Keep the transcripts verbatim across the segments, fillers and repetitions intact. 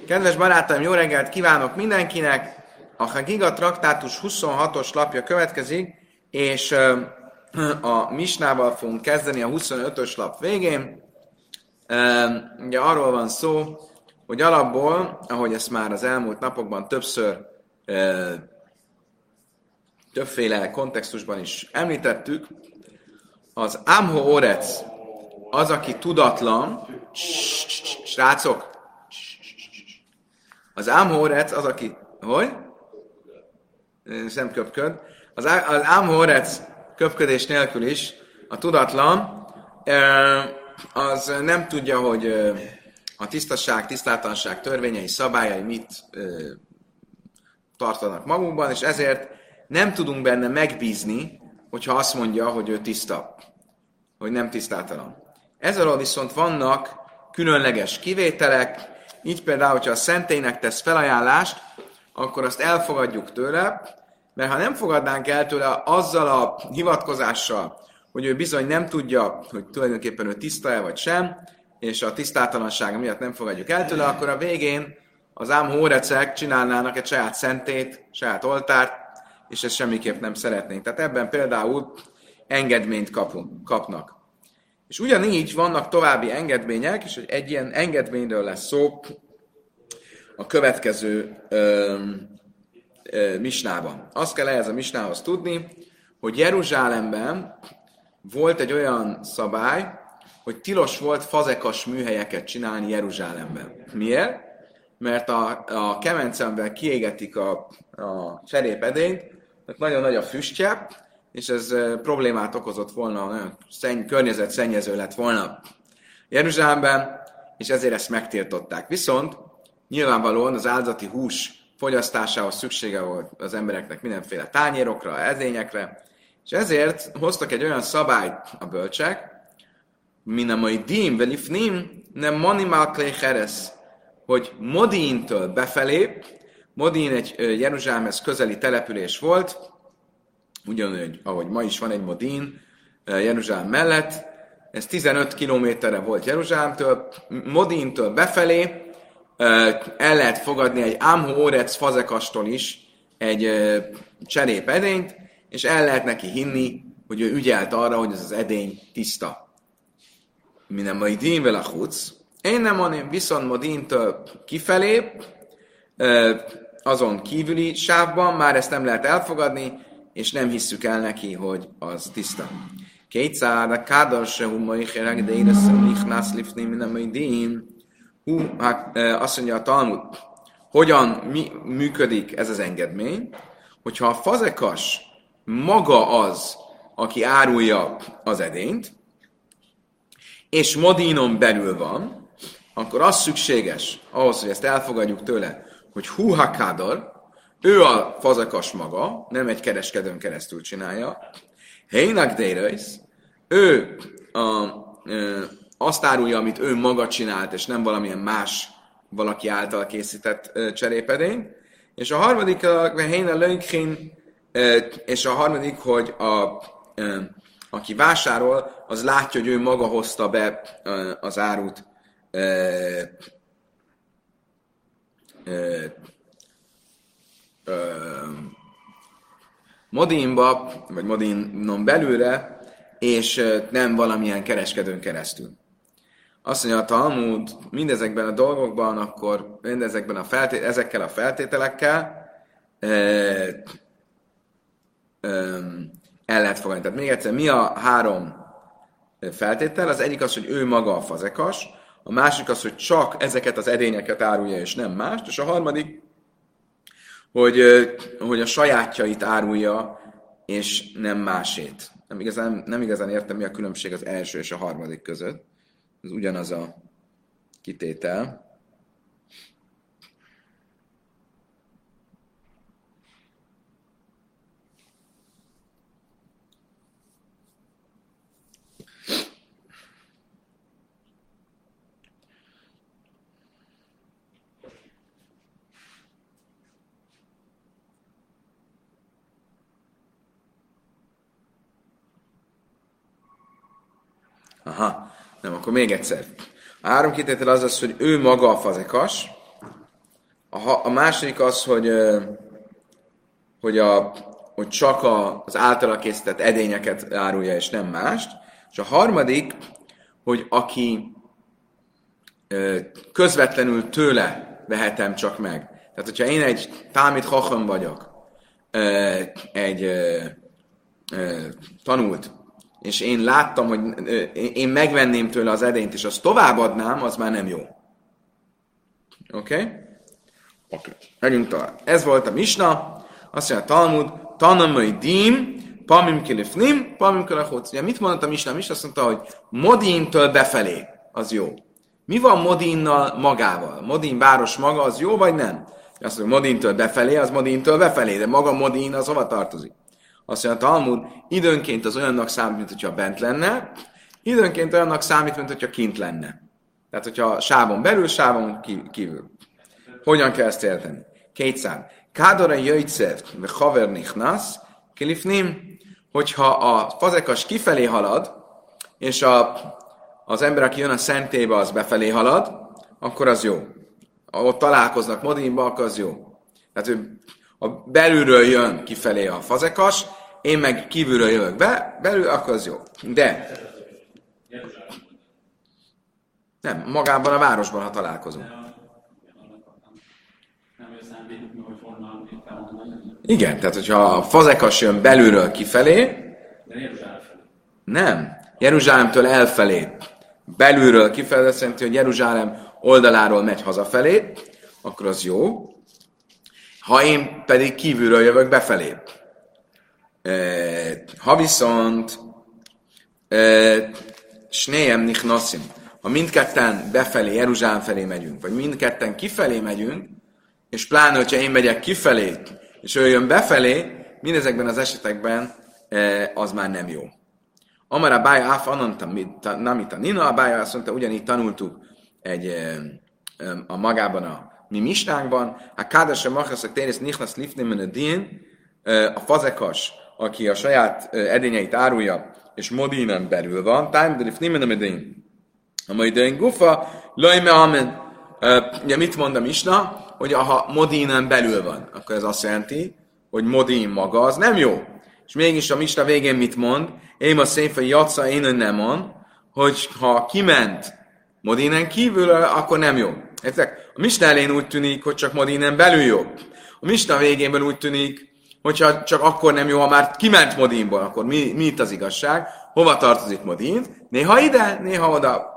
Kedves barátaim, jó reggelt kívánok mindenkinek! A Hagiga traktátus huszonhatos lapja következik, és a Misnával fogunk kezdeni a huszonötös lap végén. Ugye arról van szó, hogy alapból, ahogy ezt már az elmúlt napokban többször, többféle kontextusban is említettük, az Amho Orec, az, aki tudatlan, srácok, az Amhorec az, aki... Hogy? Nem köpköd. Az, az Amhorec köpködés nélkül is, a tudatlan, az nem tudja, hogy a tisztaság, tisztátalanság törvényei, szabályai mit tartanak magukban, és ezért nem tudunk benne megbízni, hogyha azt mondja, hogy ő tiszta, hogy nem tisztátalan. Ezzel viszont vannak különleges kivételek, így például, hogyha a szentélynek tesz felajánlást, akkor azt elfogadjuk tőle, mert ha nem fogadnánk el tőle azzal a hivatkozással, hogy ő bizony nem tudja, hogy tulajdonképpen ő tiszta-e vagy sem, és a tisztátalansága miatt nem fogadjuk el tőle, akkor a végén az ámhórecek csinálnának egy saját szentét, saját oltárt, és ezt semmiképp nem szeretnénk. Tehát ebben például engedményt kapunk, kapnak. És ugyanígy vannak további engedmények, és egy ilyen engedményről lesz szó a következő ö, ö, misnában. Azt kell ehhez a misnához tudni, hogy Jeruzsálemben volt egy olyan szabály, hogy tilos volt fazekas műhelyeket csinálni Jeruzsálemben. Miért? Mert a, a kemence, amivel kiégetik a, a cserépedényt, nagyon nagy a füstje, és ez problémát okozott volna, nagyon szenny, környezetszennyező lett volna Jeruzsálemben, és ezért ezt megtiltották. Viszont nyilvánvalóan az áldozati hús fogyasztásához szüksége volt az embereknek mindenféle tányérokra, edényekre, és ezért hoztak egy olyan szabályt a bölcsek, min a mai dim, velifnim, nem manimál klécheres, hogy Modíntől befelé, Modín egy Jeruzsálemhez közeli település volt, ugyanúgy, ahogy ma is van egy Modín Jeruzsálem mellett, ez tizenöt kilométerre volt Jeruzsálemtől, Modíntől befelé el lehet fogadni egy Amhorec fazekastól is egy cserépedényt, és el lehet neki hinni, hogy ő ügyelt arra, hogy ez az edény tiszta. Minden mai dínvel a huc. Én nem mondom, viszont Modíntől kifelé, azon kívüli sávban már ezt nem lehet elfogadni, és nem hisszük el neki, hogy az tiszta. Kétszer a kádar se humai héreg, de én eszem nichnász lifni, minden mai dín. Hú, hát azt mondja a Talmud, hogyan mi, működik ez az engedmény, hogyha a fazekas maga az, aki árulja az edényt, és Modínon belül van, akkor az szükséges ahhoz, hogy ezt elfogadjuk tőle, hogy hú hakádor, ő a fazekas maga, nem egy kereskedőn keresztül csinálja, Hénak Dérejsz, ő a, ö, azt árulja, amit ő maga csinált, és nem valamilyen más valaki által készített ö, cserépedény. És a harmadik, a Héna Lönkhin, és a harmadik, hogy a, ö, aki vásárol, az látja, hogy ő maga hozta be ö, az árut ö, ö, ö, Modínba, vagy Modínon belülre, és nem valamilyen kereskedőn keresztül. Azt mondja a Talmud, mindezekben a dolgokban, akkor mindezekben a feltét, ezekkel a feltételekkel e, e, el lehet fogadni. Tehát még egyszer, mi a három feltétel? Az egyik az, hogy ő maga a fazekas, a másik az, hogy csak ezeket az edényeket árulja, és nem mást, és a harmadik, hogy, hogy a sajátjait árulja, és nem másét. Nem igazán, nem igazán értem, mi a különbség az első és a harmadik között. Ez ugyanaz a kitétel. Aha, nem, akkor még egyszer. A három kitétel az az, hogy ő maga a fazekas, A, a második az, hogy, hogy, a, hogy csak a, az általa készített edényeket árulja, és nem mást. És a harmadik, hogy aki közvetlenül tőle vehetem csak meg. Tehát, hogyha én egy támit hacham vagyok, egy tanult, és én láttam, hogy én megvenném tőle az edényt, és azt továbbadnám, az már nem jó. Oké? Okay? Oké. Okay. Megyünk tovább. Ez volt a misna. Azt mondja a Talmud, tanamai dim, pamim kilifnim, pamim kilachutz. Ugye mit mondott a misna? A misna azt mondta, hogy modintől befelé, az jó. Mi van Modinnal magával? Modin város maga, az jó vagy nem? Azt mondja, Modintől befelé, az Modintől befelé, de maga Modin az hova tartozik? Azt mondja a Talmud, időnként az olyannak számít, mint hogyha bent lenne, időnként olyannak számít, mint hogyha kint lenne. Tehát, hogyha sávon belül, sávon kívül. Hogyan kell ezt érteni? Két szám. Kádora jöjtszer, vagy haver nichnasz, kilifnim, hogyha a fazekas kifelé halad, és a, az ember, aki jön a szentélybe, az befelé halad, akkor az jó. Ott találkoznak Modinba, akkor az jó. Tehát ő a belülről jön kifelé a fazekas, én meg kívülről jövök be, belül, akkor az jó. De nem, magában a városban, ha találkozunk. Igen, tehát hogyha a fazekas jön belülről kifelé, nem, Jeruzsálemtől elfelé, belülről kifelé, azt jelenti, hogy Jeruzsálem oldaláról megy hazafelé, akkor az jó. Ha én pedig kívülről jövök befelé. Ha viszont snéjem nichnasszim, ha mindketten befelé, Jeruzsálem felé megyünk, vagy mindketten kifelé megyünk, és pláne, hogyha én megyek kifelé, és ő jön befelé, mindezekben az esetekben az már nem jó. Amara bája áf ananta namita nina, a bája azt mondta, ugyanígy tanultuk egy, a magában a mi misnánkban, a kádasa machaszak térész nichnasz lifnimen a din, a fazekas, aki a saját edényeit árulja, és modinen belül van, time de lifnimen a din. A mai idején gufa, lajme amen. Ugye mit mond a misna? Hogy ha modinen belül van, akkor ez azt jelenti, hogy modin maga az nem jó. És mégis a misna végén mit mond? Én a szépen jatsza, én nem mond, hogy ha kiment modinen kívül, akkor nem jó. Értek? A misna elén úgy tűnik, hogy csak modinen belül jó. A misna végében úgy tűnik, hogyha csak akkor nem jó, ha már kiment modinból, akkor mi, mi itt az igazság? Hova tartozik modin? Néha ide, néha oda.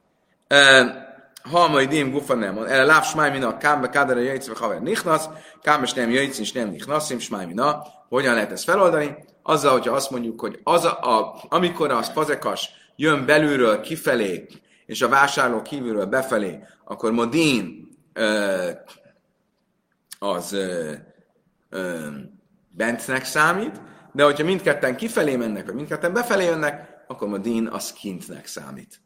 Ha majd dim gufa nem mond. Erre láv smáj mina, kámbe kádere jöjjtsz, haver nichnasz, kámbe nem jöjjtsz, és nem nichnasszim, smáj mina. Hogyan lehet ezt feloldani? Azzal, hogyha azt mondjuk, hogy az a, a, amikor az fazekas jön belülről kifelé, és a vásárló kívülről befelé, akkor modin ö, az ö, ö, bentnek számít, de hogyha mindketten kifelé mennek, vagy mindketten befelé jönnek, akkor modin az kintnek számít.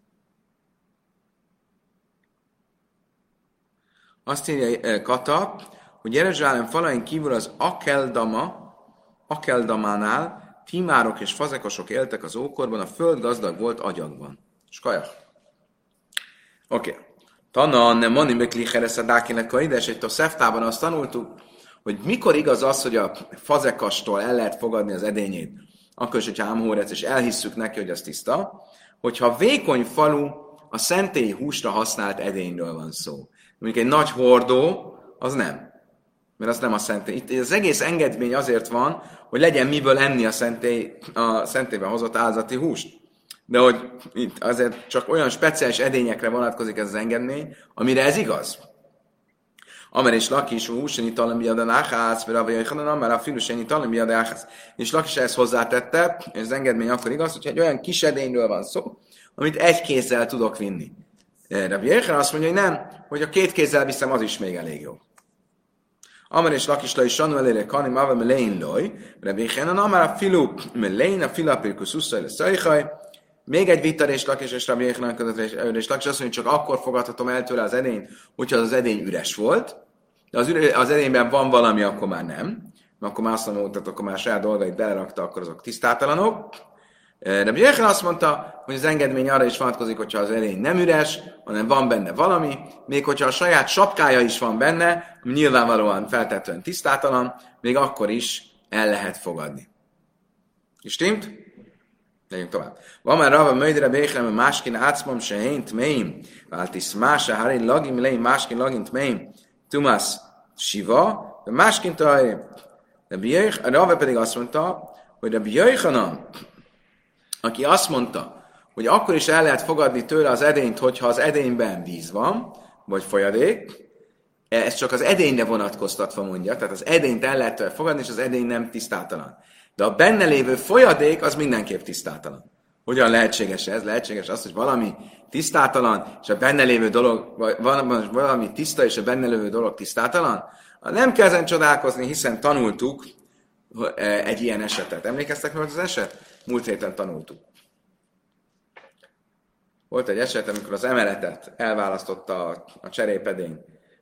Azt írja Kata, hogy Jeruzsálem falain kívül az Akeldama, Akeldamánál timárok és fazekosok éltek az ókorban, a föld gazdag volt agyagban. Skajak. Oké. Okay. Tana, nem mani mökli hereszadákinek a ide, és egy Toszeftában azt tanultuk, hogy mikor igaz az, hogy a fazekastól el lehet fogadni az edényét, akkor is, hogyha ámhórec, és elhisszük neki, hogy az tiszta, hogyha vékony falu a szentélyi húsra használt edényről van szó. Mondjuk egy nagy hordó, az nem. Mert az nem a szentély. Itt az egész engedmény azért van, hogy legyen miből enni a szentély, a szentélyben hozott áldozati húst. De hogy itt azért csak olyan speciális edényekre vonatkozik ez az engedmény, amire ez igaz. Amer és Lakis húseni talán miadan áhász, vagy avajai hanan, mert a filuseni talán miadan áhász. És Lakis ezt hozzátette, és az engedmény akkor igaz, hogy egy olyan kis edényről van szó, amit egy kézzel tudok vinni. Rabbi Yecher azt mondja, hogy nem, hogy a két kézzel viszem, az is még elég jó. Amar és Lakis laj sanu elére kani mava melein loj, Rabbi Yecher, amar a filu melein, a filapirkus usszai lesz szajhaj, még egy vitar és Lakis és Rabbi Yecher között, és Lakis azt mondja, hogy csak akkor fogadhatom el tőle az edényt, hogyha az edény üres volt, de az, üres, az edényben van valami, akkor már nem, mert akkor már azt mondom, hogy akkor már saját dolgait belerakta, akkor azok tisztátalanok. Rabbi Yochanan azt mondta, hogy az engedmény arra is vonatkozik, hogyha az edény nem üres, hanem van benne valami, még hogyha a saját sapkája is van benne, ami nyilvánvalóan feltetően tisztátalan, még akkor is el lehet fogadni. Stimmt? Legyünk tovább. Van már Rava Möjdre Béchlem, máskin átszmom se hént méim, váltisz más, hári lagim leim, máskin lagint méim, tumasz siva, de máskin talaj. Rava pedig azt mondta, hogy Rabbi Yochanan, aki azt mondta, hogy akkor is el lehet fogadni tőle az edényt, hogyha az edényben víz van, vagy folyadék, ez csak az edényre vonatkoztatva mondja, tehát az edényt el lehet tőle fogadni, és az edény nem tisztátalan. De a benne lévő folyadék az mindenképp tisztátalan. Hogyan lehetséges ez? Lehetséges az, hogy valami tisztátalan, és a benne lévő dolog, vagy valami tiszta, és a benne lévő dolog tisztátalan? Nem kell ezen csodálkozni, hiszen tanultuk egy ilyen esetet. Emlékeztek meg az eset? Múlt héten tanultuk. Volt egy eset, amikor az emeletet elválasztotta a, a cserépedény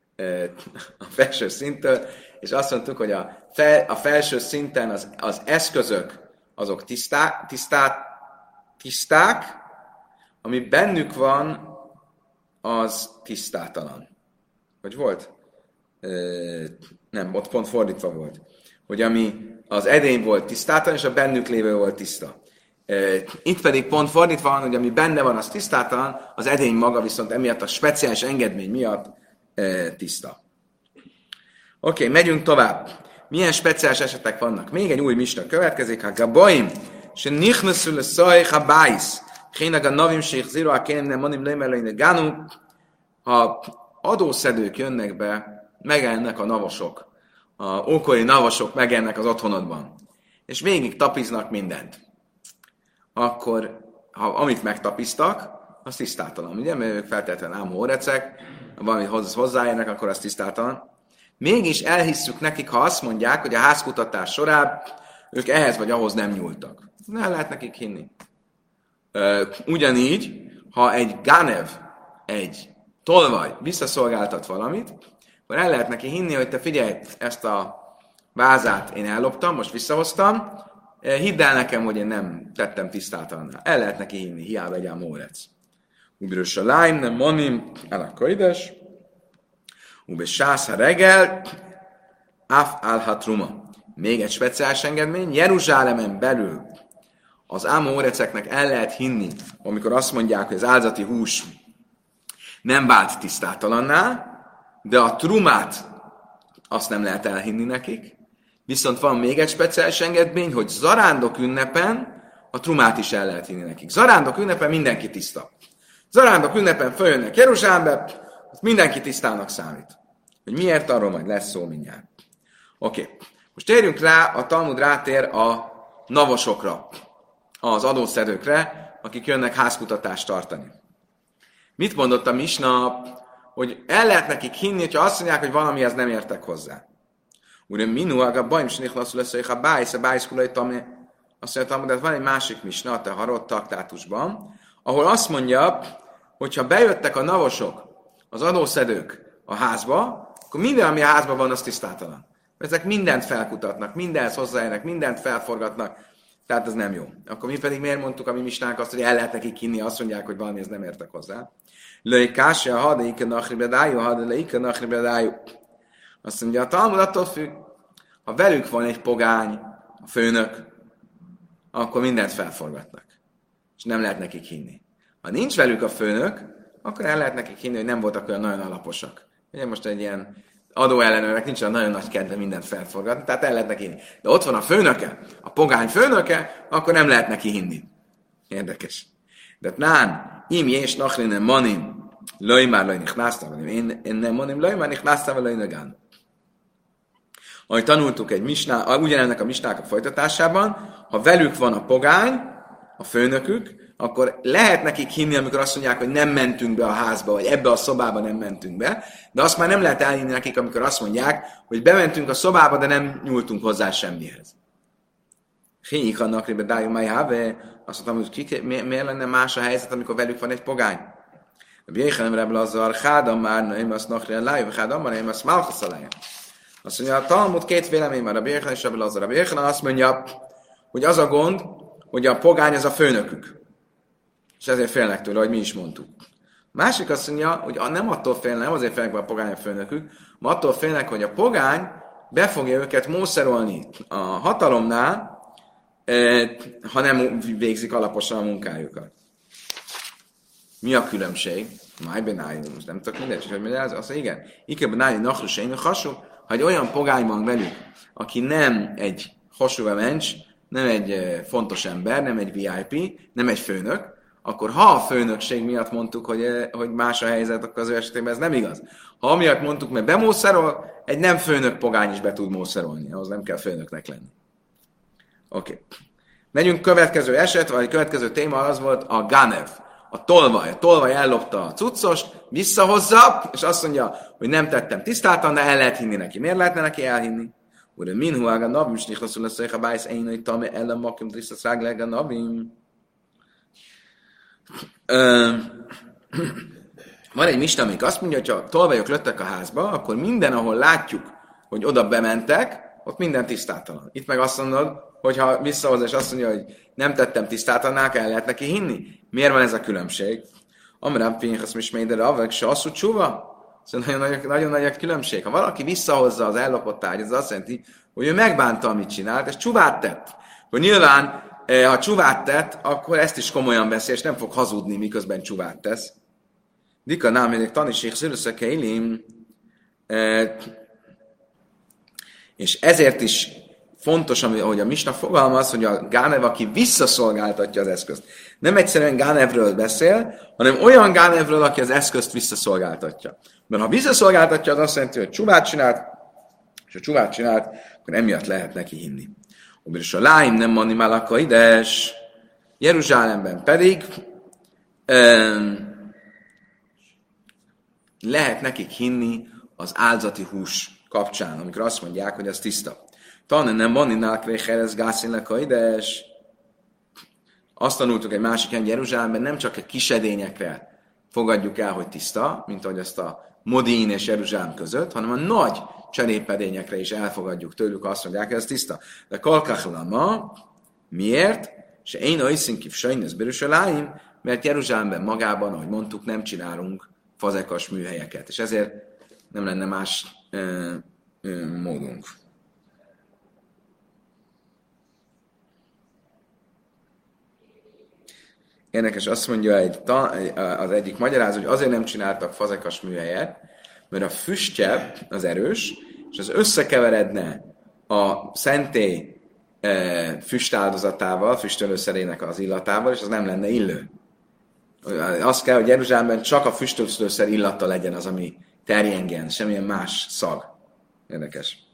a felső szinttől, és azt mondtuk, hogy a, fel, a felső szinten az, az eszközök, azok tiszták, tiszták, tiszták, ami bennük van, az tisztátalan. Hogy volt? Nem, ott pont fordítva volt. Hogy ami az edény volt tisztátalan, és a bennük lévő volt tiszta. Itt pedig pont fordítva van, hogy ami benne van, az tisztátalan, az edény maga viszont emiatt a speciális engedmény miatt tiszta. Oké, okay, megyünk tovább. Milyen speciális esetek vannak? Még egy új misna következik. Ha gaboim, se nichnasul szaj ha bájsz, hénag a navim se zero a kénem nem monim lemelőine gánu. Ha adószedők jönnek be, megennek a navosok. A ókori navosok megennek az otthonodban. És végig tapiznak mindent. Akkor, ha amit megtapiztak, az tisztátalan. Ugye, mert ők feltétlenül ámórecek, valami hozzáérnek, akkor az tisztátalan. Mégis elhisszük nekik, ha azt mondják, hogy a házkutatás során ők ehhez vagy ahhoz nem nyúltak. Nem lehet nekik hinni. Ugyanígy, ha egy gánev, egy tolvaj visszaszolgáltat valamit, akkor el lehet neki hinni, hogy te figyelj, ezt a vázát én elloptam, most visszahoztam, hidd el nekem, hogy én nem tettem tisztátalanná. El lehet neki hinni, hiába egy ámórec. Ubirös a láim, nem monim, el a kaides. Ube sász a reggel, af álhatruma. Még egy speciális engedmény. Jeruzsálemen belül az ámóreceknek el lehet hinni, amikor azt mondják, hogy az áldozati hús nem vált tisztátalanná, de a trumát azt nem lehet elhinni nekik. Viszont van még egy speciális engedmény, hogy zarándok ünnepen a trumát is el lehet hinni nekik. Zarándok ünnepen mindenki tiszta. Zarándok ünnepen följönnek Jeruzsálembe, mindenki tisztának számít. Hogy miért, arról majd lesz szó mindjárt. Oké. Okay. Most térjünk rá, a Talmud rátér a navosokra, az adószedőkre, akik jönnek házkutatást tartani. Mit mondott a misna, hogy el lehet nekik hinni, hogyha azt mondják, hogy valamihez nem értek hozzá. Ugye minu a bajm snichlaszul lesz, hogy ha bájsz, a bájsz kulai tamé. Azt mondja, de van egy másik misna, a te harott taktátusban, ahol azt mondja, hogyha bejöttek a navosok, az adószedők a házba, akkor minden, ami a házban van, az tisztátalan. Ezek mindent felkutatnak, mindenhez hozzáérnek, mindent felforgatnak, tehát ez nem jó. Akkor mi pedig miért mondtuk a mi misnánk azt, hogy el lehet nekik hinni, azt mondják, hogy valamihez nem értek hozzá. Löj kásja, ha de ike nachribedájú, ha de ike nachribedájú. Azt mondja, a Talmud attól függ, ha velük van egy pogány, a főnök, akkor mindent felforgatnak. És nem lehet nekik hinni. Ha nincs velük a főnök, akkor el lehet nekik hinni, hogy nem voltak olyan nagyon alaposak. Ugye most egy ilyen adóellenőrnek nincs olyan nagyon nagy kedve mindent felforgatni, tehát el lehet neki hinni. De ott van a főnöke, a pogány főnöke, akkor nem lehet neki hinni. Érdekes. De nán, im és nachlinen manim, löj már löj nichnásztam, én, én nem manim, löj már nichnásztam, löj nagán. Ahogy tanultuk egy misná, ugyanennek a misnák a folytatásában, ha velük van a pogány, a főnökük, akkor lehet nekik hinni, amikor azt mondják, hogy nem mentünk be a házba, vagy ebbe a szobába nem mentünk be, de azt már nem lehet elhinni nekik, amikor azt mondják, hogy bementünk a szobába, de nem nyúltunk hozzá semmihez. Hiik annak, hogy bedájú mai háve, azt mondtam, hogy ki, mi, miért lenne más a helyzet, amikor velük van egy pogány? A Jéhenem Rebbe Lazar, hádam már, nem azt nachri alájú, hádam már, nem azt malchasz alájú. Azt mondja, a Talmud két vélemény már, a Jéhenem és Rebbe Lazar. A Jéhenem azt mondja, hogy az a gond, hogy a pogány az a főnökük. És ezért félnek tőle, hogy mi is mondtuk. Másik azt mondja, hogy nem attól félnek, nem azért félnek, hogy a pogány a főnökük, hanem attól félnek, hogy a pogány be fogja őket mószerolni a hatalomnál, ha nem végzik alaposan a munkájukat. Mi a különbség? Májben álljon, most nem tudok mindegy, hogy mi ez? Azt mondja, igen. Ikeben álljon, nachlusein, hasonló, ha egy olyan pogány van velük, aki nem egy hasonló mencs, nem egy fontos ember, nem egy vé i pé, nem egy főnök, akkor ha a főnökség miatt mondtuk, hogy, hogy más a helyzet, akkor az ő esetében ez nem igaz. Ha amiatt mondtuk, mert bemószerol, egy nem főnök pogány is be tud mószerolni, ahhoz nem kell főnöknek lenni. Oké. Okay. Megyünk következő eset, vagy következő téma az volt a Ganev, a tolvaj. A tolvaj ellopta a cuccost, visszahozza, és azt mondja, hogy nem tettem tisztáltan, de el lehet hinni neki. Miért lehetne neki elhinni? Ure minhu ága nabim, s nichlaszul lesz, hogy ha bájsz én, hogy tame ellen makim, tisztasz ráglega nabim. Van egy mista, amik azt mondja, hogy ha tolvajok lőttek a házba, akkor minden, ahol látjuk, hogy oda bementek, ott minden tisztátalan. Itt meg azt mondod, hogy ha visszahoz és azt mondja, hogy nem tettem tisztátalannak, el lehet neki hinni. Miért van ez a különbség? Amrám Pinchas Mismédere avek se asszú csúva? Szóval nagyon nagy, nagyon nagy a különbség. Ha valaki visszahozza az ellopott tárgyat, az azt jelenti, hogy ő megbánta, amit csinált, és csúvát tett. Hogy nyilván, ha csúvát tett, akkor ezt is komolyan veszi, és nem fog hazudni, miközben csúvát tesz. Dika námének tanítség szülőszöke ilim, és ezért is fontos, ahogy a Misna fogalmaz, hogy a Gánev, aki visszaszolgáltatja az eszközt. Nem egyszerűen Gánevről beszél, hanem olyan Gánevről, aki az eszközt visszaszolgáltatja. Mert ha visszaszolgáltatja, az azt jelenti, hogy csuvát csinált, és ha csuvát csinált, akkor emiatt lehet neki hinni. És a láim nem mani malaka ides, Jeruzsálemben pedig um, lehet nekik hinni az áldozati hús kapcsán, amikor azt mondják, hogy az tiszta. Talán nem van innál kréherez gászínlek a ides. Azt tanultuk egy másik helyen Jeruzsálemben, nem csak a kisedényekre fogadjuk el, hogy tiszta, mint ahogy azt a Modin és Jeruzsálem között, hanem a nagy cserépedényekre is elfogadjuk tőlük, azt mondják, hogy ez tiszta. De kalkachlama, miért? Se én a iszínkiv sajnesz Jeruzsálemben, mert Jeruzsálemben magában, ahogy mondtuk, nem csinálunk fazekas műhelyeket, és ezért nem lenne más ö, ö, módunk. Érdekes, azt mondja egy, az egyik magyarázó, hogy azért nem csináltak fazekas műhelyet, mert a füstje az erős, és az összekeveredne a szentély e, füstáldozatával, füstölőszerének az illatával, és az nem lenne illő. Az kell, hogy Jeruzsálemben csak a füstölőszer illata legyen az, ami terjengen, semmilyen más szag. Érdekes.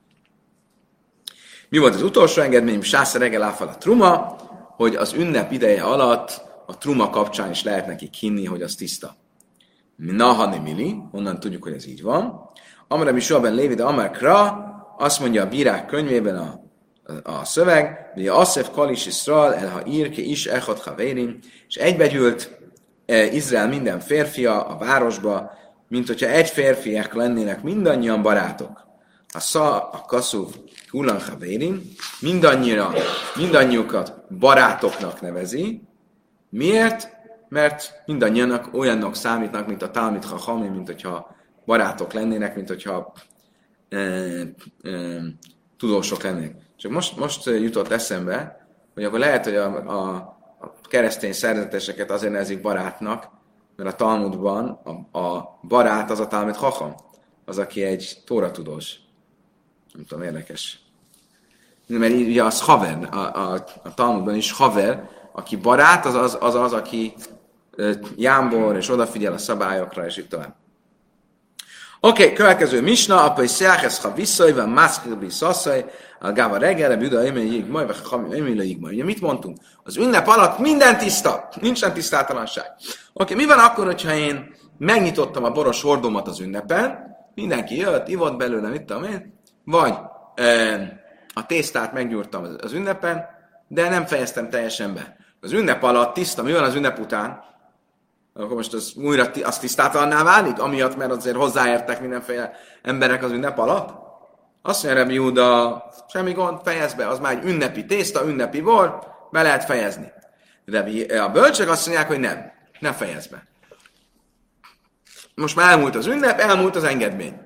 Mi volt az utolsó engedmény? Sásza reggel áfal a truma, hogy az ünnep ideje alatt a truma kapcsán is lehet nekik hinni, hogy az tiszta. Nahani mili, onnan tudjuk, hogy ez így van. Amara mi soha ben Lévi, de Amarkra, azt mondja a bírák könyvében a, a, a szöveg, hogy Asszef Kalis Iszrael, elha írke is echad havérim, és egybegyűlt e, Izrael minden férfia a városba, mint hogyha egy férfiak lennének mindannyian barátok. A szá a kaszúv Kulan havérim, mindannyira, mindannyiukat barátoknak nevezi. Miért? Mert mindannyianak olyannak számítnak, mint a Talmid Chachami, mint hogyha barátok lennének, mint hogyha e, e, tudósok lennének. Csak most, most jutott eszembe, hogy akkor lehet, hogy a, a, a keresztény szerzeteseket azért nevezik barátnak, mert a Talmudban a, a barát az a Talmid Chacham, az, aki egy tóratudós. Nem tudom, érdekes. Mert ugye az haver, a, a, a Talmudban is haver, aki barát, az az, az, az aki jámbor, és odafigyel a szabályokra, és így tovább. Oké, okay, következő misna, apai szeáhez, ha visszaj, van mászkilbi szaszaj, a gáva reggelre, büda, emeljék majd, vagy ha emeljék majd. Ugye mit mondtunk? Az ünnep alatt minden tiszta, nincsen tisztátalanság. Oké, okay, mi van akkor, hogyha én megnyitottam a boros hordómat az ünnepen, mindenki jött, ivott belőle, mit tudom én, vagy e, a tésztát meggyúrtam az ünnepen, de nem fejeztem teljesen be. Az ünnep alatt tiszta, mi van az ünnep után? Akkor most az újra az tisztátalanná válik, amiatt, mert azért hozzáértek mindenféle emberek az ünnep alatt? Azt mondja Rebbi Júda, semmi gond, fejezd be, az már egy ünnepi tészta, ünnepi bor, be lehet fejezni. De a bölcsek azt mondják, hogy nem. Ne fejezd be. Most már elmúlt az ünnep, elmúlt az engedmény.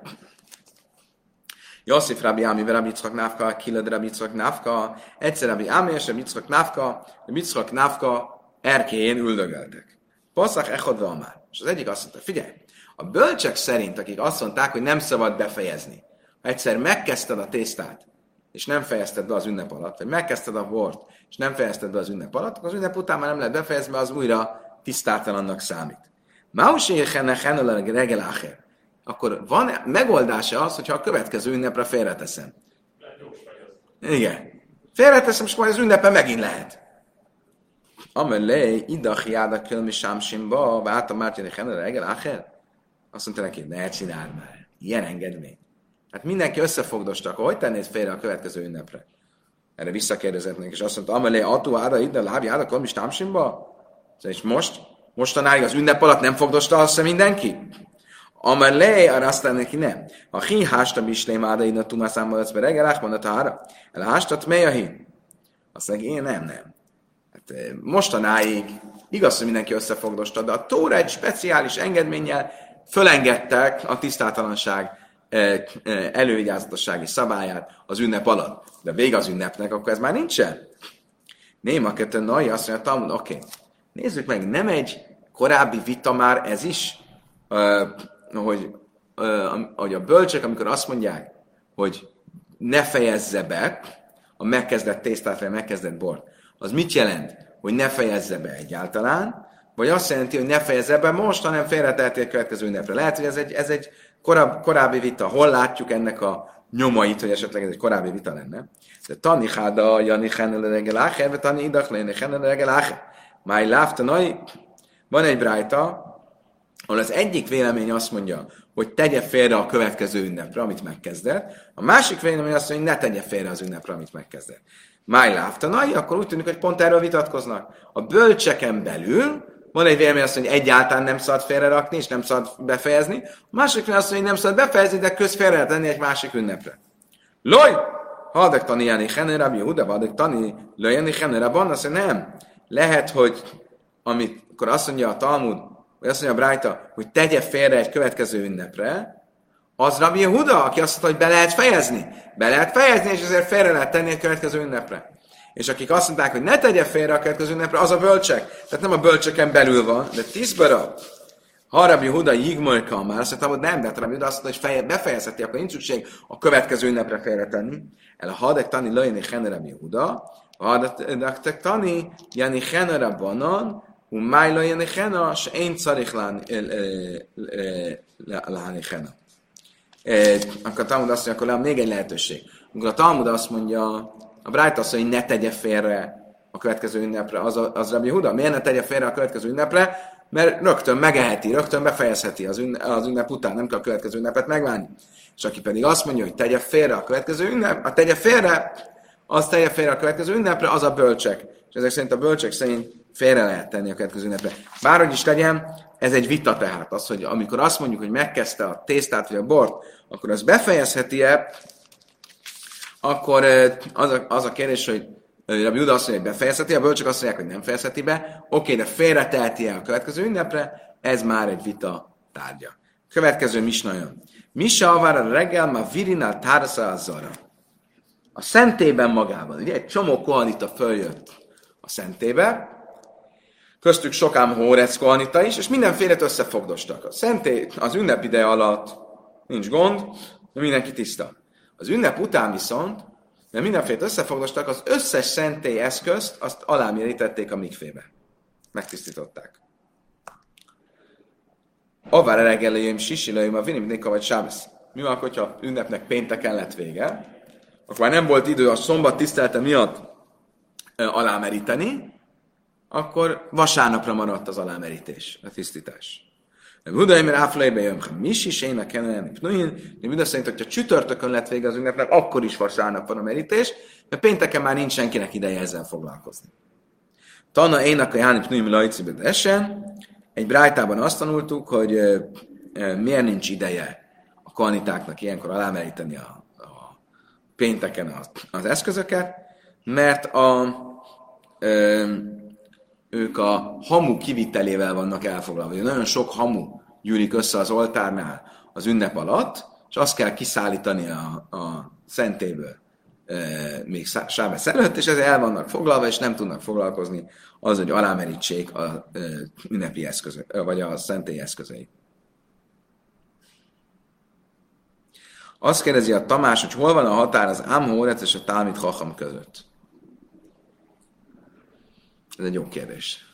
Yosif Rabbi Ami, Rabbi Yitzchak Nafka, Kilad Rabbi Yitzchak Nafka, egyszer Rabbi Ami és Rabbi Yitzchak Nafka, Rabbi Yitzchak Nafka erkélyén üldögöltek. Passzak echodva már. És az egyik azt mondta, figyelj, a bölcsek szerint, akik azt mondták, hogy nem szabad befejezni, ha egyszer megkezdted a tésztát, és nem fejezted be az ünnep alatt, vagy megkezdted a bort, és nem fejezted be az ünnep alatt, akkor az ünnep után már nem lehet befejezni, mert az újra tisztátalannak számít. Akkor van megoldása az, hogyha a következő ünnepre félreteszem. Igen. Félreteszem, és majd az ünnepen megint lehet. Amelé, idach jáda kölmi sámsimba, váltam Mártyani Henel reggel áher. Azt mondta neki, ne csináld már. Ilyen engedmény. Hát mindenki összefogdosta, akkor hogy tennéd félre a következő ünnepre? Erre visszakérdezett neki, és azt mondta, amelé, atu áda, ide, láb, jáda kölmi sámsimba? És most? Mostanáig az ünnep alatt nem fogdosta azt mindenki? Amelé, arra azt mondta neki, nem. A hi hásta bislém áda, ide, tumászámba ötszbe reggel, áhmondat ára. El hástat, mely a hi? Azt mondja, én nem, nem. Hát, mostanáig igaz, hogy mindenki összefogdosta, de a Tóra egy speciális engedménnyel fölengedtek a tisztátalanság elővigyázatossági szabályát az ünnep alatt. De vége az ünnepnek, akkor ez már nincsen. Néma kettő nai azt mondja, Talmud, oké, okay. Nézzük meg, nem egy korábbi vita már ez is, hogy, hogy a bölcsek, amikor azt mondják, hogy ne fejezze be a megkezdett tésztát, vagy a megkezdett bort, az mit jelent? Hogy ne fejezze be egyáltalán, vagy azt jelenti, hogy ne fejezze be most, hanem félreteheti a következő ünnepre. Lehet, hogy ez egy, ez egy koráb, korábbi vita. Hol látjuk ennek a nyomait, hogy esetleg ez egy korábbi vita lenne? De tani háda, jani henele reggel áher, vagy tani idach lenne henele reggel áher. Máj láftanai, van egy brájta, ahol az egyik vélemény azt mondja, hogy tegye félre a következő ünnepre, amit megkezdett. A másik vélemény azt mondja, hogy ne tegye félre az ünnepre, amit megkezdett. Máj láftanai, akkor úgy tűnik, hogy pont erről vitatkoznak. A bölcseken belül van egy vélemény azt mondja, hogy egyáltalán nem szabad félrerakni, és nem szabad befejezni. A másik vélemény azt mondja, hogy nem szabad befejezni, de köz félre lehet tenni egy másik ünnepre. Loj! Hadek tani jani henera, mi huda, hadek tani löjjani henera, van, azt mondja, nem. Lehet, hogy amikor azt mondja a Talmud, vagy azt mondja a Brájta, hogy tegye félre egy következő ünnepre, az Rabbi Yehuda, aki azt mondta, hogy be lehet fejezni. Be lehet fejezni, és ezért félre lehet tenni egy következő ünnepre. És akik azt mondták, hogy ne tegye félre a következő ünnepre, az a bölcsek. Tehát nem a bölcseken belül van, de tisztbara. Ha Rabbi Yehuda jigmolka már, azt mondtam, hogy nem, de Rabbi Yehuda azt mondta, hogy feje, befejezheti, akkor nincs szükség a következő ünnepre félre tenni. El a hadek tani lajni hene Rabbi Yehuda, a hadek tani jani hene rabbanon, um máj lajni hene, se én szarich láni hene. Akkor a Talmud azt mondja, akkor még egy lehetőség. Amikor a Talmud azt mondja, a Brájta azt mondja, hogy ne tegye félre a következő ünnepre, az, az Rabbi Yehuda. Miért ne tegye félre a következő ünnepre? Mert rögtön megeheti, rögtön befejezheti az, ünne, az ünnep után, nem kell a következő ünnepet megvárni. És aki pedig azt mondja, hogy tegye félre a következő ünnep, a tegye félre, az tegye félre a következő ünnepre, az a bölcsek. És ezek szerint a bölcsek szerint félre lehet tenni a következő ünnepre. Bárhogy is legyen, ez egy vita tehát. Az, hogy amikor azt mondjuk, hogy megkezdte a tésztát vagy a bort, akkor az befejezheti-e, akkor az a, az a kérdés, hogy Rabbi Yehuda azt mondja, hogy befejezheti, a bölcsök azt mondják, hogy nem fejezheti be. Oké, de félreteheti-e a következő ünnepre? Ez már egy vita tárgya. Következő misna jön. Misa avára reggel, ma virinál társa a zara. A szentében magában. Ugye egy csomó kohanita följött a szentébe, köztük sokám Hórec kohanita is, és mindenfélét összefogdostak. A szentély az ünnep ideje alatt nincs gond, de mindenki tiszta. Az ünnep után viszont, mert mindenfélét összefogdostak, az összes szentély eszközt, azt alámérítették a mikvébe. Megtisztították. Avár reggelőjém, sisilőjém, a vinimnika vagy sábesz. Mi van, hogyha ünnepnek pénteken lett vége, akkor már nem volt idő a szombat tisztelete miatt alámeríteni, akkor vasárnapra maradt az alámerítés, a tisztítás. Budaim, mert áflejbe jön, mi is én a kenelem, pnuhin, de Buda szerint, hogyha csütörtökön lett vége az ünnepnek, akkor is vasárnap van a merítés, mert pénteken már nincs senkinek ideje ezzel foglalkozni. Tana én a jáni pnuhin lajcibe esen, egy brájtában azt tanultuk, hogy e, e, miért nincs ideje a kohanitáknak ilyenkor alámeríteni a, a pénteken az, az eszközöket, mert a ö, ők a hamu kivitelével vannak elfoglalva. Nagyon sok hamu gyűlik össze az oltárnál az ünnep alatt, és azt kell kiszállítani a, a szentélyből e, még sábesz előtt, és ezzel el vannak foglalva, és nem tudnak foglalkozni az, hogy alámerítsék a e, ünnepi eszközök, vagy a szentély eszközeit. Azt kérdezi a Tamás, hogy hol van a határ az Ámhórec és a Talmid Chacham között. Ez egy jó kérdés.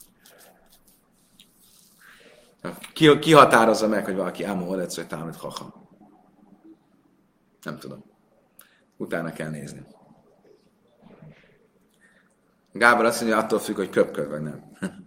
Ki, ki határozza meg, hogy valaki Ámhórec vagy Talmid Chacham? Nem tudom. Utána kell nézni. Gábor azt mondja, attól függ, hogy köpköd vagy nem.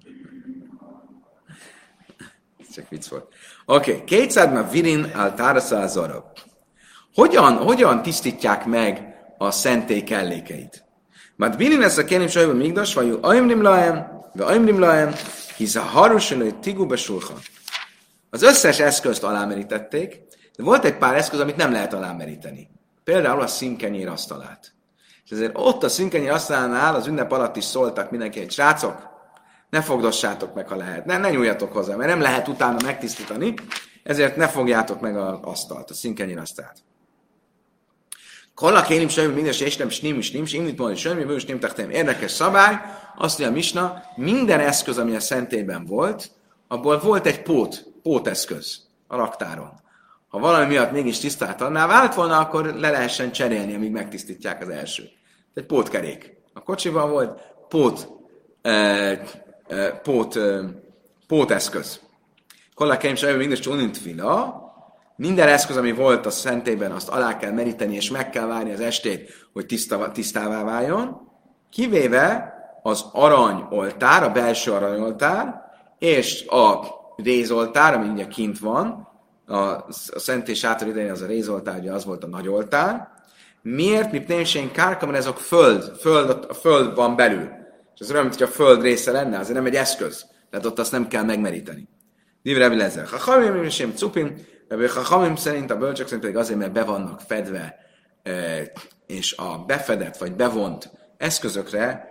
Ez csak vicc volt. Oké, okay. kétszázna virin al táraszal zarab. Hogyan, hogyan tisztítják meg a szentély kellékeit? Mert virin ezt a kérném sajban migdas, vagy ajmrim laem, vagy ajmrim laem, hisz a harusolói tigu besulha. Az összes eszközt alámerítették, de volt egy pár eszköz, amit nem lehet alámeríteni. Például a színkenyér asztalát. És ezért ott a színkenyér asztalánál az ünnep alatt is szóltak mindenki, hogy srácok, ne fogdossátok meg, ha lehet. Ne, ne nyúljatok hozzá, mert nem lehet utána megtisztítani, ezért ne fogjátok meg az asztalt, a színkenyér asztalt. Kolla kénim semmi mindes, és nem snim, snim, és imit mondani semmi, bős nem tettem. Érdekes szabály, azt mondja a Misna, minden eszköz, ami a szentélyben volt, abból volt egy pót, póteszköz a raktáron. Ha valami miatt mégis tisztátalanná vált volna, akkor le lehessen cserélni, amíg megtisztítják az elsőt. Egy pótkerék. A kocsiban volt pót, eh, eh, pót, eh, póteszköz. Kolla kénim semmi mindes, csónint fila. Minden eszköz, ami volt a szentélyben, azt alá kell meríteni, és meg kell várni az estét, hogy tiszta, tisztává váljon, kivéve az aranyoltár, a belső aranyoltár, és a rézoltár, ami ugye kint van, a, a szentély sátor idején az a rézoltár, ugye az volt a nagyoltár. Miért? Mint némsén kárka, mert ezek föld, föld, a föld van belül. És ez olyan, mint hogy a föld része lenne, azért nem egy eszköz. Tehát ott azt nem kell megmeríteni. Divrebi lezer. Ha hamim sem cupim, ha hamim szerint, a bölcsök szerint pedig azért, mert be vannak fedve, és a befedett vagy bevont eszközökre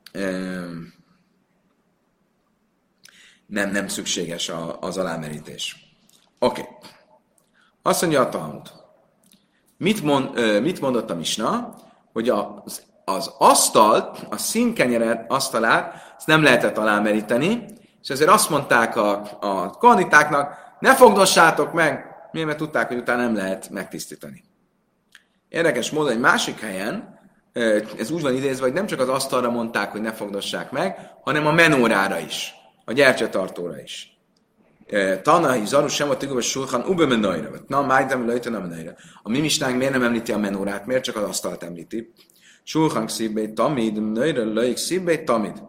nem, nem szükséges az alámerítés. Oké. Okay. Azt mondja a Talmud. Mit, mond, mit mondott a Misna? Hogy az, az asztalt, a színkenyeret asztalát, azt nem lehetett alámeríteni, és ezért azt mondták a, a kohanitáknak, ne fogdossátok meg, miért? Mert tudták, hogy utána nem lehet megtisztítani. Érdekes módon egy másik helyen, ez úgy van idézve, hogy nem csak az asztalra mondták, hogy ne fogdossák meg, hanem a menórára is, a gyertyatartóra is. Tanai, Zarus, sem a tigóbas sulhan, ube menajra. Na, májdem, lejtön a menajra. A mi misnánk miért nem említi a menórát? Miért csak az asztalt említi? Sulhan szívbé tamid, menajra lejk szívbé tamid.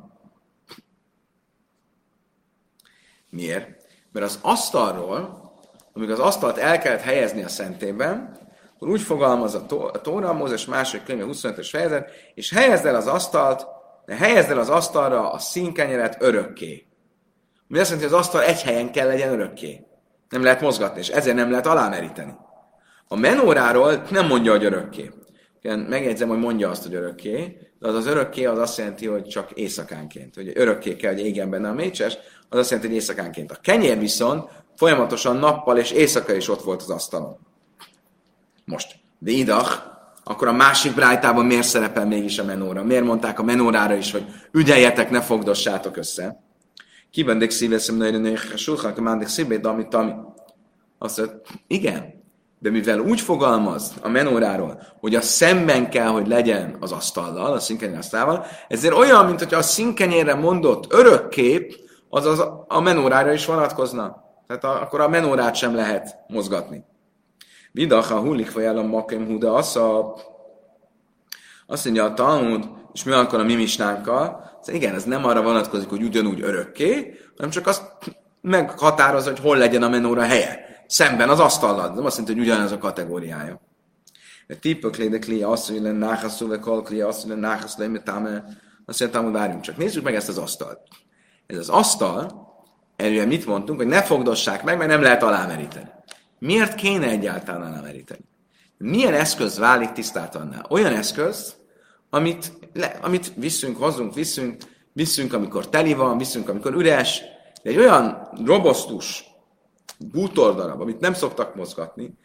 Miért? Mert az asztalról, amíg az asztalt el kellett helyezni a szentében, akkor úgy fogalmaz a, tó- a Tóra, a Mózes második könyve huszonötös fejezet, és helyezd el az asztalt, de helyezd el az asztalra a színkenyeret örökké. Mi azt jelenti, hogy az asztal egy helyen kell legyen örökké. Nem lehet mozgatni, és ezért nem lehet alámeríteni. A menóráról nem mondja, hogy örökké. Megjegyzem, hogy mondja azt, hogy örökké, de az az örökké az azt jelenti, hogy csak éjszakánként. Hogy örökké kell, hogy égjen benne a mécses, az azt jelenti, hogy éjszakánként. A kenyér viszont folyamatosan nappal és éjszaka is ott volt az asztalon. Most, de idach, akkor a másik brájtában miért szerepel mégis a menóra? Miért mondták a menórára is, hogy ügyeljetek, ne fogdossátok össze? Kibendek szíveszem nagyon sulhan, kemándik szívét, de amit ami. Azt mondja, igen, de mivel úgy fogalmaz a menóráról, hogy a szemben kell, hogy legyen az asztallal, a színkenyér asztalával, ezért olyan, mint hogyha a színkenyérre mondott örökkép, az, az a menórára is vonatkozna. Tehát a, akkor a menórát sem lehet mozgatni. Vidacha hullik vajállom makem huda assza. Azt mondja a Talmud, és mi akkor a mi misnánkkal, igen, ez nem arra vonatkozik, hogy ugyanúgy örökké, hanem csak azt meghatározza, hogy hol legyen a menóra helye. Szemben az asztallal. Nem azt jelenti, hogy ugyanaz a kategóriája. A típök lédekli, azt mondja, hogy náhaszul, vagy kalkli, azt mondja, hogy náhaszul, hogy táme. Azt mondja, hogy várjunk csak. Nézzük meg ezt az asztalt. Ez az asztal, erről mit mondtunk, hogy ne fogdossák meg, mert nem lehet alámeríteni. Miért kéne egyáltalán alámeríteni? Milyen eszköz válik tisztátalanná? Olyan eszköz, amit, le, amit viszünk, hozunk, viszünk, viszünk, amikor teli van, viszünk, amikor üres, de egy olyan robosztus bútordarab, amit nem szoktak mozgatni,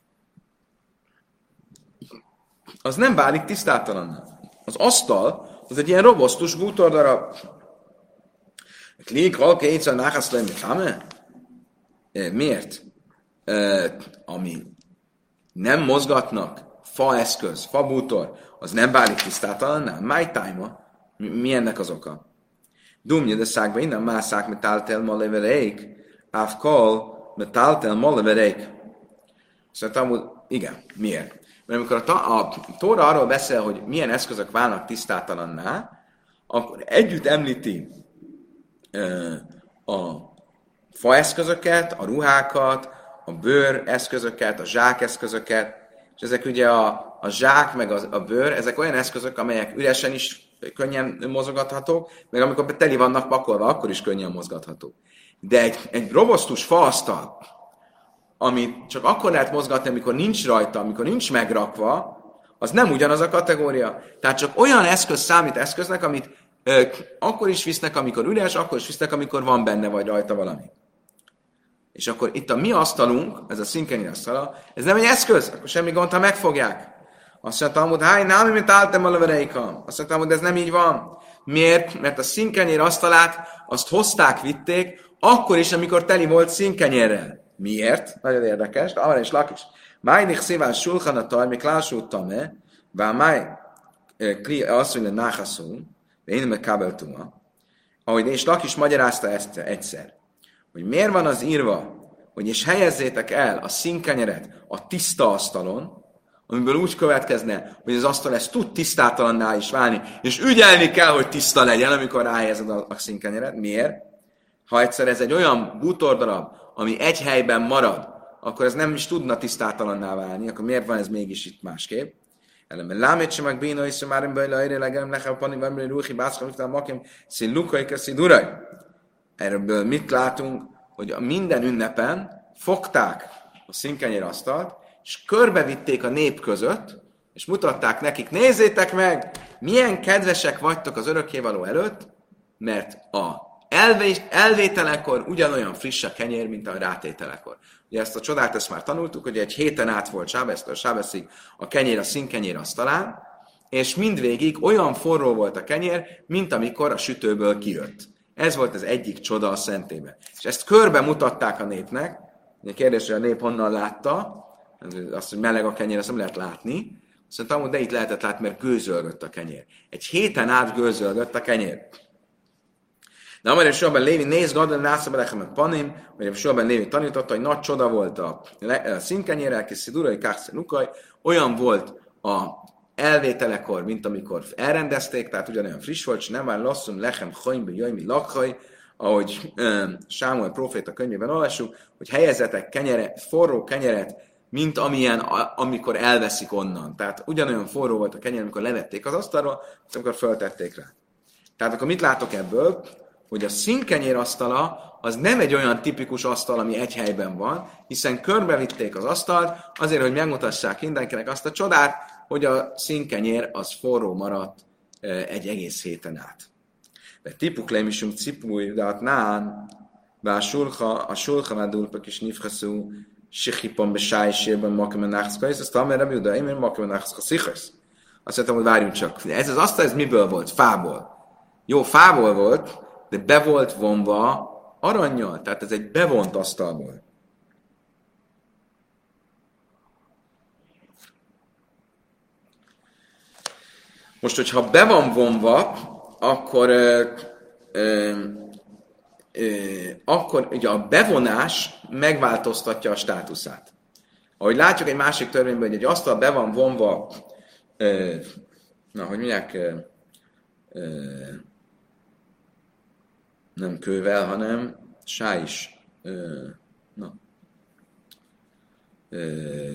az nem válik tisztátalanná. Az asztal, az egy ilyen robosztus bútordarab. Klik, halke, egyszer náhaszlai, mit háme? Miért? E, ami nem mozgatnak, faeszköz, fabútor, az nem válik tisztátalanná? My time mi, mi ennek az oka? Dumnyi, de szákba innen mászák, mit áltel ma levereik, ávkal, mit áltel ma levereik. Szóval igen, miért? Mert amikor a, ta, a Tóra arról beszél, hogy milyen eszközök válnak tisztátalanná, akkor együtt említi uh, a faeszközöket, a ruhákat, a bőr eszközöket, a zsák eszközöket, és ezek ugye a, a zsák meg a, a bőr, ezek olyan eszközök, amelyek üresen is könnyen mozgathatók, meg amikor teli vannak pakolva, akkor is könnyen mozgathatók. De egy, egy robosztus faasztal, amit csak akkor lehet mozgatni, amikor nincs rajta, amikor nincs megrakva, az nem ugyanaz a kategória. Tehát csak olyan eszköz számít eszköznek, amit ö, akkor is visznek, amikor üres, akkor is visznek, amikor van benne vagy rajta valami. És akkor itt a mi asztalunk, ez a szinkenyi asztala, ez nem egy eszköz, akkor semmi gond, ha megfogják. Azt mondta, hogy háj, námi, mint álltam a levereika. Azt mondta, hogy ez nem így van. Miért? Mert a színkenyér asztalát azt hozták, vitték, akkor is, amikor teli volt színkenyérrel. Miért? Nagyon érdekes. De Amar és Lakis. Májnik szíván sulchan tajmik lásúttam-e, bár máj kli azt mondja, náhaszú, de én meg kábeltuma. Ahogy és Lakis magyarázta ezt egyszer, hogy miért van az írva, hogy és helyezzétek el a színkenyeret a tiszta asztalon, amiből úgy következne, hogy az asztal ezt tud tisztátalanná is válni, és ügyelni kell, hogy tiszta legyen, amikor ráhelyezed a, a színkenyeret. Miért? Ha egyszer ez egy olyan bútordarab, ami egy helyben marad, akkor ez nem is tudna tisztátalanná válni, akkor miért van ez mégis itt másképp? Ellenben lámét sem meg béna, és már ember leire legelem lehem panim, ember ruhi, bászka, miktál makim, szín lukai, köszi duraj. Erről mit látunk, hogy a minden ünnepen fogták a színkenyérasztalt, és körbevitték a nép között, és mutatták nekik, nézzétek meg, milyen kedvesek vagytok az örökkévaló előtt, mert a elvé- elvételekor ugyanolyan friss a kenyér, mint a rátételekor. Ugye ezt a csodát, ezt már tanultuk, hogy egy héten át volt Sábesztől Sábeszig a kenyér a színkenyér asztalán, és mindvégig olyan forró volt a kenyér, mint amikor a sütőből kijött. Ez volt az egyik csoda a szentébe. És ezt körbe mutatták a népnek. A kérdés, hogy a nép honnan látta, azt, hogy meleg a kenyér, azt nem lehet látni. Azt mondtam, de itt lehetett látni, mert gőzölgött a kenyér. Egy héten át gőzölgött a kenyér. De Amar és Soben Lévi, nézd, Gadon, Násza Belechem, Panim, vagy Soben Lévi tanította, hogy nagy csoda volt a, a színkenyér, elkészít urai, káxi lukaj, olyan volt a elvételekor, mint amikor elrendezték, tehát ugyanolyan friss volt, és nem már lasszum lechem hajmbe jöjmi lakhaj, ahogy um, Sámuel próféta könyvében olvassuk, hogy helyezetek kenyere, forró kenyeret, mint amilyen, a, amikor elveszik onnan. Tehát ugyanolyan forró volt a kenyér, amikor levették az asztalról, mint amikor föltették rá. Tehát akkor mit látok ebből? Hogy a színkenyér asztala az nem egy olyan tipikus asztal, ami egy helyben van, hiszen körbevitték az asztalt, azért, hogy megmutassák mindenkinek azt a csodát, hogy a színkenyér az forró maradt egy egész héten át. De tipuk lemisünk cipúj, de hát nán, bár a sulha, a sulha már dulpak is nifhaszú, sikhipon besájsében makemen náxkajsz, azt amire mi oda, én makemen náxkaszikhasz. Azt mondtam, hogy várjunk csak. Ez az asztal, ez miből volt? Fából. Jó, fából volt, de be volt vonva arannyal, tehát ez egy bevont asztalból. Most, hogyha be van vonva, akkor, ö, ö, ö, akkor ugye a bevonás megváltoztatja a státuszát. Ahogy látjuk egy másik törvényben, hogy egy asztal be van vonva, ö, na, hogy mondják, ö, ö, nem kővel, hanem sájs. Ö, na. Ö,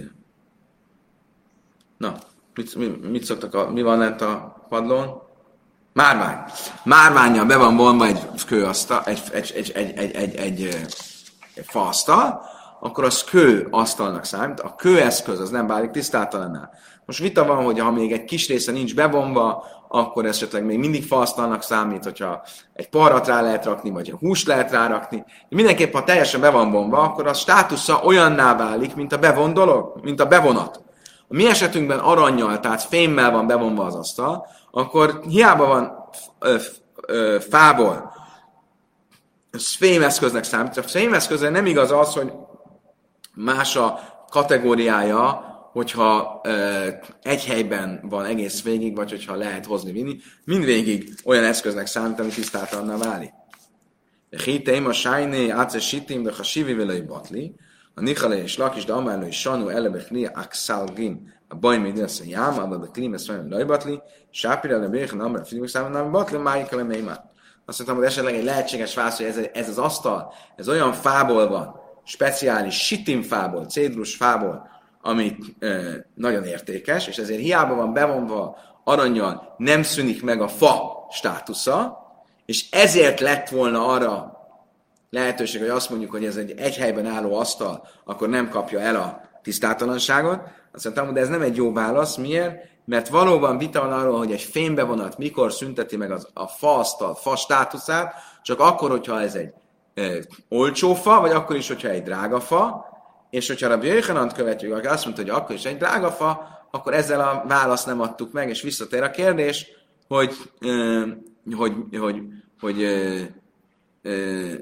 na. Mit, mit, mit szoktak, a, mi van lent a padlón? Márvány. Márvánnyal be van vonva egy kőasztal, egy, egy, egy, egy, egy, egy, egy, egy faasztal, akkor az kő asztalnak számít. A kőeszköz az nem válik tisztátalannál. Most vita van, hogy ha még egy kis része nincs bevonva, akkor esetleg még mindig faasztalnak számít, hogyha egy parrat rá lehet rakni, vagy a húst lehet rárakni. Mindenképp, ha teljesen be van vonva, akkor a státusza olyanná válik, mint a bevon dolog, mint a bevonat. A mi esetünkben arannyal, tehát fémmel van bevonva az asztal, akkor hiába van ö, ö, fából, ez fémeszköznek számít. A fémeszközre nem igaz az, hogy más a kategóriája, hogyha ö, egy helyben van egész végig, vagy hogyha lehet hozni, vinni, mindvégig olyan eszköznek számít, ami tisztátalanná válik. De hiteim a sájné, áces sitim, de ha sivi vele batli, a nichale és lakis, de amellő is sanú elebe kli axalgin, a baj még lesz a jám, abban a klím ezt olyan lajbatli, sápira le béhen, amellő figyelmek számít, nem batli, májik a leméimát. Azt mondtam, hogy esetleg egy lehetséges válasz, hogy ez, ez az asztal, ez olyan fából van, speciális sitimfából, cédrus fából, ami e, nagyon értékes, és ezért hiába van bevonva arannyal, nem szűnik meg a fa státusza, és ezért lett volna arra lehetőség, hogy azt mondjuk, hogy ez egy egy helyben álló asztal, akkor nem kapja el a tisztátalanságot. Azt mondtam, de ez nem egy jó válasz. Miért? Mert valóban vita van arról, hogy egy fémbevonat mikor szünteti meg az, a fa asztal, fa státuszát, csak akkor, hogyha ez egy e, olcsó fa, vagy akkor is, hogyha egy drága fa, és hogyha a Jöjjhanant követjük, aki azt mondta, hogy akkor is egy drága fa, akkor ezzel a választ nem adtuk meg, és visszatér a kérdés, hogy, e, hogy, hogy, hogy, e, e,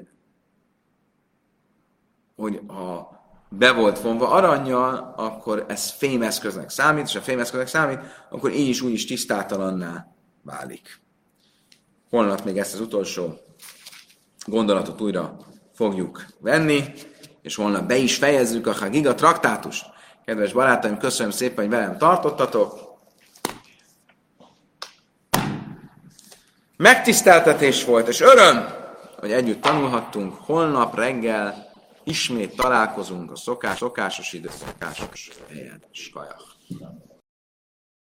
hogy ha be volt vonva arannyal, akkor ez fémeszköznek számít, és ha fémeszköznek számít, akkor így is úgy is tisztátalanná válik. Holnap még ezt az utolsó gondolatot újra fogjuk venni, és holnap be is fejezzük a Hagiga traktátust. Kedves barátaim, köszönöm szépen, hogy velem tartottatok. Megtiszteltetés volt, és öröm, hogy együtt tanulhattunk. Holnap reggel ismét találkozunk a szokás, szokásos idő, szokásos helyen. Skajach.